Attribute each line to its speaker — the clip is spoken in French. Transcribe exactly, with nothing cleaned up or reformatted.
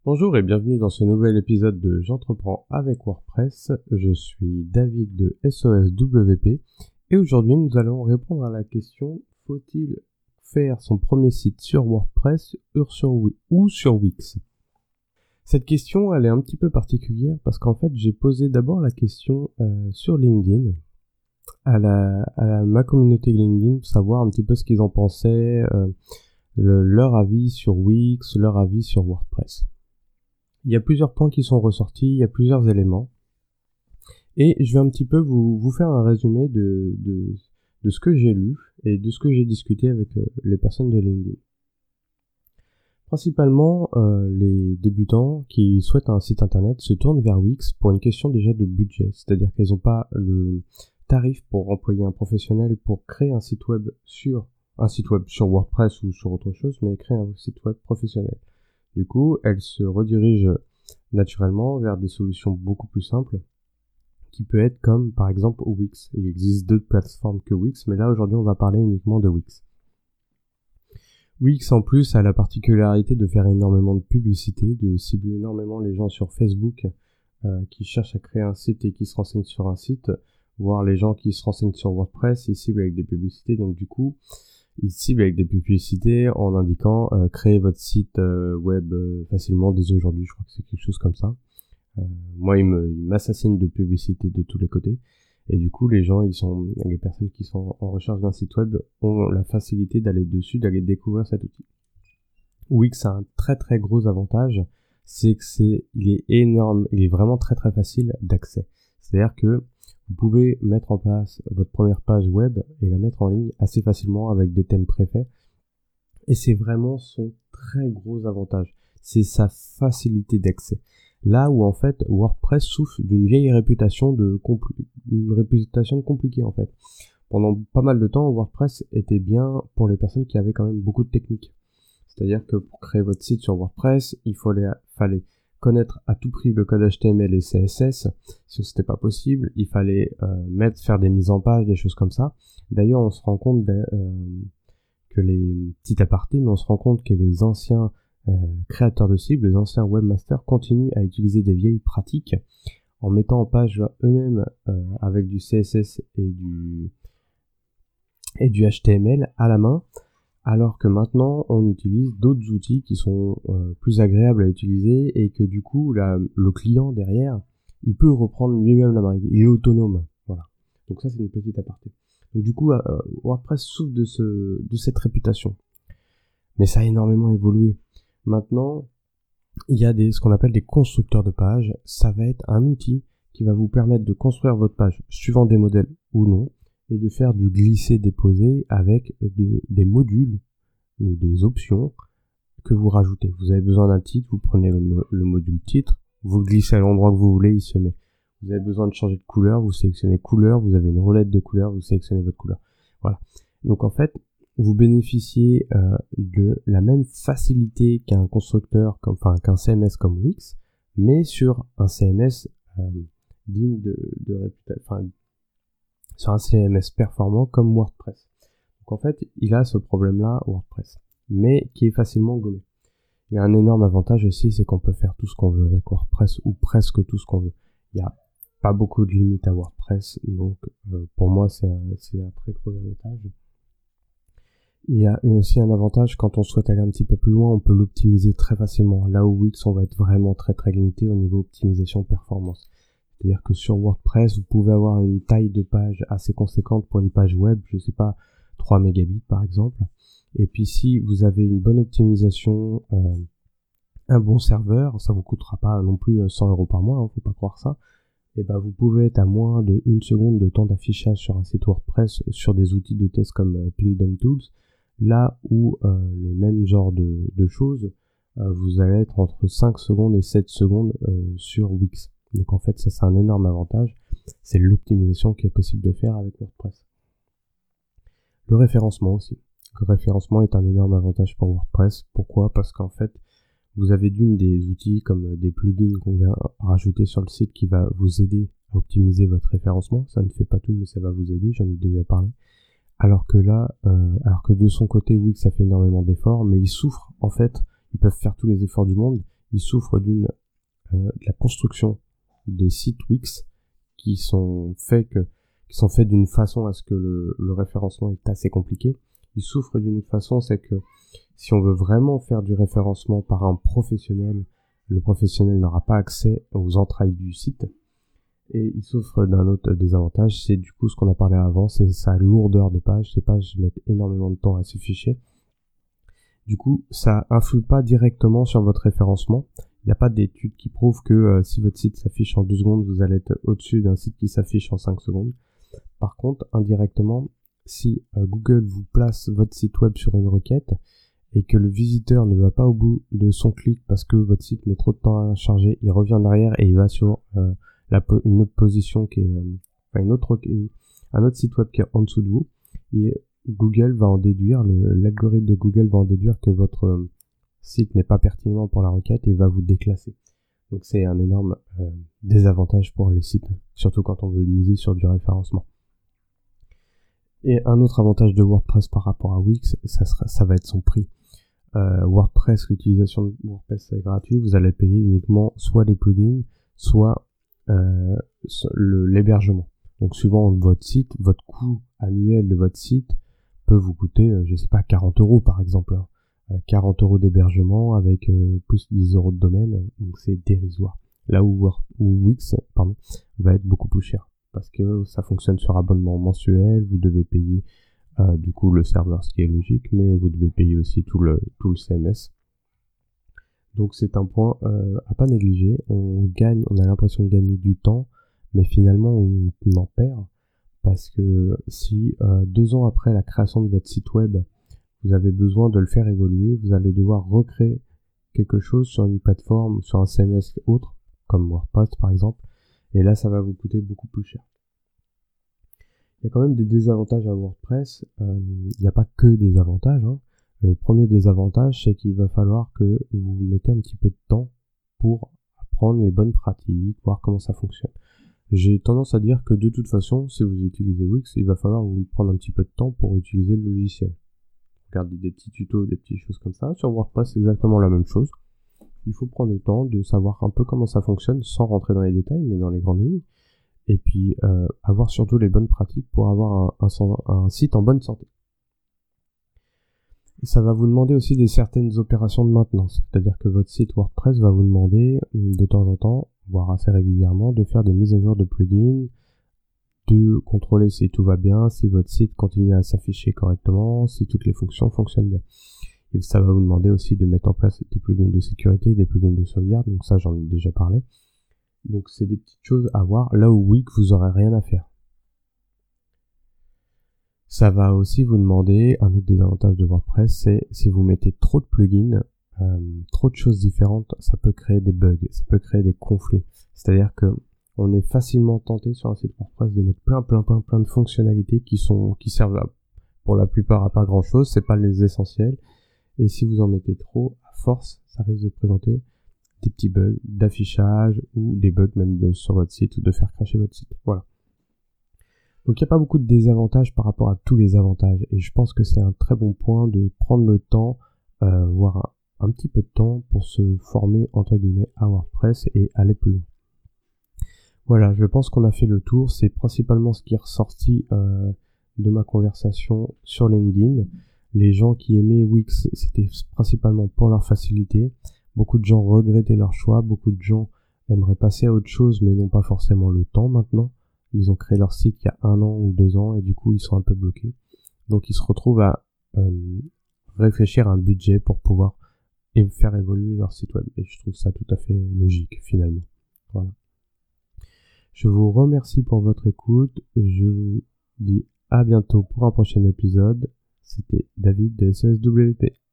Speaker 1: Bonjour et bienvenue dans ce nouvel épisode de J'entreprends avec WordPress. Je suis David de S O S W P et aujourd'hui nous allons répondre à la question: faut-il faire son premier site sur WordPress ou sur, ou sur Wix? Cette question elle est un petit peu particulière parce qu'en fait j'ai posé d'abord la question euh, sur LinkedIn à, la, à la, ma communauté LinkedIn pour savoir un petit peu ce qu'ils en pensaient, euh, le, leur avis sur Wix, leur avis sur WordPress. Il y a plusieurs points qui sont ressortis, il y a plusieurs éléments. Et je vais un petit peu vous, vous faire un résumé de, de, de ce que j'ai lu et de ce que j'ai discuté avec euh, les personnes de LinkedIn. Principalement, euh, les débutants qui souhaitent un site internet se tournent vers Wix pour une question déjà de budget. C'est-à-dire qu'ils n'ont pas le tarif pour employer un professionnel pour créer un site web sur un site web sur WordPress ou sur autre chose, mais créer un site web professionnel. Du coup, elle se redirige naturellement vers des solutions beaucoup plus simples, qui peut être comme par exemple Wix. Il existe d'autres plateformes que Wix, mais là aujourd'hui on va parler uniquement de Wix. Wix en plus a la particularité de faire énormément de publicité, de cibler énormément les gens sur Facebook euh, qui cherchent à créer un site et qui se renseignent sur un site, voire les gens qui se renseignent sur WordPress, ils ciblent avec des publicités, donc du coup il cible avec des publicités en indiquant euh, créer votre site euh, web euh, facilement dès aujourd'hui. Je crois que c'est quelque chose comme ça. Euh, moi, il me, il m'assassine de publicités de tous les côtés. Et du coup, les gens, ils sont, les personnes qui sont en recherche d'un site web ont la facilité d'aller dessus, d'aller découvrir cet outil. Wix a un très très gros avantage, c'est que c'est, il est énorme, il est vraiment très très facile d'accès. C'est-à-dire que vous pouvez mettre en place votre première page web et la mettre en ligne assez facilement avec des thèmes préfaits. Et c'est vraiment son très gros avantage. C'est sa facilité d'accès. Là où en fait WordPress souffre d'une vieille réputation de compli- une réputation compliquée en fait. Pendant pas mal de temps, WordPress était bien pour les personnes qui avaient quand même beaucoup de technique. C'est-à-dire que pour créer votre site sur WordPress, il fallait, fallait connaître à tout prix le code H T M L et C S S. Si c'était pas possible, il fallait euh, mettre, faire des mises en page, des choses comme ça. D'ailleurs, on se rend compte de, euh, que les petits apartés, mais on se rend compte que les anciens euh, créateurs de sites, les anciens webmasters continuent à utiliser des vieilles pratiques en mettant en page eux-mêmes euh, avec du C S S et du et du H T M L à la main. Alors que maintenant, on utilise d'autres outils qui sont euh, plus agréables à utiliser et que du coup, la, le client derrière, il peut reprendre lui-même la main. Il est autonome. Voilà. Donc ça, c'est une petite aparté. Donc du coup, euh, WordPress souffre de, ce, de cette réputation. Mais ça a énormément évolué. Maintenant, il y a des, ce qu'on appelle des constructeurs de pages. Ça va être un outil qui va vous permettre de construire votre page suivant des modèles ou non, et de faire du glisser-déposer avec de, des modules ou des options que vous rajoutez. Vous avez besoin d'un titre, vous prenez le, le module titre, vous le glissez à l'endroit que vous voulez, il se met. Vous avez besoin de changer de couleur, vous sélectionnez couleur, vous avez une roulette de couleur, vous sélectionnez votre couleur. Voilà. Donc en fait, vous bénéficiez euh, de la même facilité qu'un constructeur, comme, enfin qu'un C M S comme Wix, mais sur un C M S euh, digne de, de réputation, enfin sur un C M S performant comme WordPress. Donc en fait, il a ce problème-là, WordPress, mais qui est facilement gommé. Il y a un énorme avantage aussi, c'est qu'on peut faire tout ce qu'on veut avec WordPress, ou presque tout ce qu'on veut. Il n'y a pas beaucoup de limites à WordPress, donc euh, pour moi c'est un, c'est un très gros avantage. Il y a aussi un avantage, quand on souhaite aller un petit peu plus loin, on peut l'optimiser très facilement. Là où Wix, on va être vraiment très très limité au niveau optimisation performance. C'est-à-dire que sur WordPress, vous pouvez avoir une taille de page assez conséquente pour une page web, je sais pas, trois mégabits par exemple. Et puis si vous avez une bonne optimisation, euh, un bon serveur, ça vous coûtera pas non plus cent euros par mois, hein, faut pas croire ça. Et ben vous pouvez être à moins de une seconde de temps d'affichage sur un site WordPress sur des outils de test comme euh, Pingdom Tools, là où euh, les mêmes genres de, de choses, euh, vous allez être entre cinq secondes et sept secondes euh, sur Wix. Donc en fait, ça c'est un énorme avantage. C'est l'optimisation qui est possible de faire avec WordPress. Le référencement aussi. Le référencement est un énorme avantage pour WordPress. Pourquoi ? Parce qu'en fait, vous avez d'une des outils comme des plugins qu'on vient rajouter sur le site qui va vous aider à optimiser votre référencement. Ça ne fait pas tout, mais ça va vous aider. J'en ai déjà parlé. Alors que là, euh, alors que de son côté, Wix, ça fait énormément d'efforts, mais ils souffrent en fait. Ils peuvent faire tous les efforts du monde. ils souffrent d'une euh, de la construction des sites Wix qui sont faits que qui sont faits d'une façon à ce que le, le référencement est assez compliqué. Ils souffrent d'une autre façon, c'est que si on veut vraiment faire du référencement par un professionnel, le professionnel n'aura pas accès aux entrailles du site. Et il souffre d'un autre désavantage, c'est du coup ce qu'on a parlé avant, c'est sa lourdeur de page. Ces pages mettent énormément de temps à s'afficher. Du coup, ça influe pas directement sur votre référencement. Il n'y a pas d'études qui prouvent que euh, si votre site s'affiche en deux secondes, vous allez être au-dessus d'un site qui s'affiche en cinq secondes. Par contre, indirectement, si euh, Google vous place votre site web sur une requête et que le visiteur ne va pas au bout de son clic parce que votre site met trop de temps à charger, il revient en arrière et il va sur euh, la po- une autre position qui est, euh, enfin une autre, une, un autre site web qui est en dessous de vous. Et Google va en déduire, le, l'algorithme de Google va en déduire que votre euh, site n'est pas pertinent pour la requête et va vous déclasser. Donc c'est un énorme euh, désavantage pour les sites, surtout quand on veut miser sur du référencement. Et un autre avantage de WordPress par rapport à Wix, ça, sera, ça va être son prix. Euh, WordPress, l'utilisation de WordPress est gratuite, vous allez payer uniquement soit les plugins, soit euh, le, l'hébergement. Donc suivant votre site, votre coût annuel de votre site peut vous coûter, euh, je sais pas, quarante euros par exemple. Hein. Euh, quarante euros d'hébergement avec euh, plus dix euros de domaine, donc c'est dérisoire. Là où, Word, où Wix pardon, va être beaucoup plus cher. Parce que ça fonctionne sur abonnement mensuel, vous devez payer euh, du coup le serveur, ce qui est logique, mais vous devez payer aussi tout le, tout le C M S. Donc c'est un point euh, à pas négliger. On gagne, on a l'impression de gagner du temps, mais finalement on en perd. Parce que si euh, deux ans après la création de votre site web, vous avez besoin de le faire évoluer, vous allez devoir recréer quelque chose sur une plateforme, sur un C M S autre, comme WordPress par exemple, et là ça va vous coûter beaucoup plus cher. Il y a quand même des désavantages à WordPress, euh, il n'y a pas que des avantages. Hein. Le premier désavantage, c'est qu'il va falloir que vous mettez un petit peu de temps pour apprendre les bonnes pratiques, voir comment ça fonctionne. J'ai tendance à dire que de toute façon, si vous utilisez Wix, il va falloir vous prendre un petit peu de temps pour utiliser le logiciel. Regardez des petits tutos, des petites choses comme ça. Sur WordPress, c'est exactement la même chose. Il faut prendre le temps de savoir un peu comment ça fonctionne sans rentrer dans les détails, mais dans les grandes lignes. Et puis, euh, avoir surtout les bonnes pratiques pour avoir un, un, un site en bonne santé. Ça va vous demander aussi des certaines opérations de maintenance. C'est-à-dire que votre site WordPress va vous demander de temps en temps, voire assez régulièrement, de faire des mises à jour de plugins, de contrôler si tout va bien, si votre site continue à s'afficher correctement, si toutes les fonctions fonctionnent bien. Et ça va vous demander aussi de mettre en place des plugins de sécurité, des plugins de sauvegarde, donc ça j'en ai déjà parlé. Donc c'est des petites choses à voir, là où Wix vous aurez rien à faire. Ça va aussi vous demander, un autre désavantage de WordPress, c'est si vous mettez trop de plugins, euh, trop de choses différentes, ça peut créer des bugs, ça peut créer des conflits. C'est-à-dire que on est facilement tenté sur un site WordPress de mettre plein plein plein plein de fonctionnalités qui sont qui servent à, pour la plupart à pas grand chose, c'est pas les essentiels. Et si vous en mettez trop, à force, ça risque de présenter des petits bugs d'affichage ou des bugs même de, sur votre site ou de faire cracher votre site. Voilà. Donc il n'y a pas beaucoup de désavantages par rapport à tous les avantages. Et je pense que c'est un très bon point de prendre le temps, euh, voire un, un petit peu de temps pour se former entre guillemets à WordPress et aller plus loin. Voilà, je pense qu'on a fait le tour. C'est principalement ce qui est ressorti euh, de ma conversation sur LinkedIn. Les gens qui aimaient Wix, c'était principalement pour leur facilité. Beaucoup de gens regrettaient leur choix. Beaucoup de gens aimeraient passer à autre chose, mais n'ont pas forcément le temps maintenant. Ils ont créé leur site il y a un an ou deux ans et du coup, ils sont un peu bloqués. Donc, ils se retrouvent à euh, réfléchir à un budget pour pouvoir faire évoluer leur site web. Et je trouve ça tout à fait logique, finalement. Voilà. Je vous remercie pour votre écoute. Je vous dis à bientôt pour un prochain épisode. C'était David de S E S W P.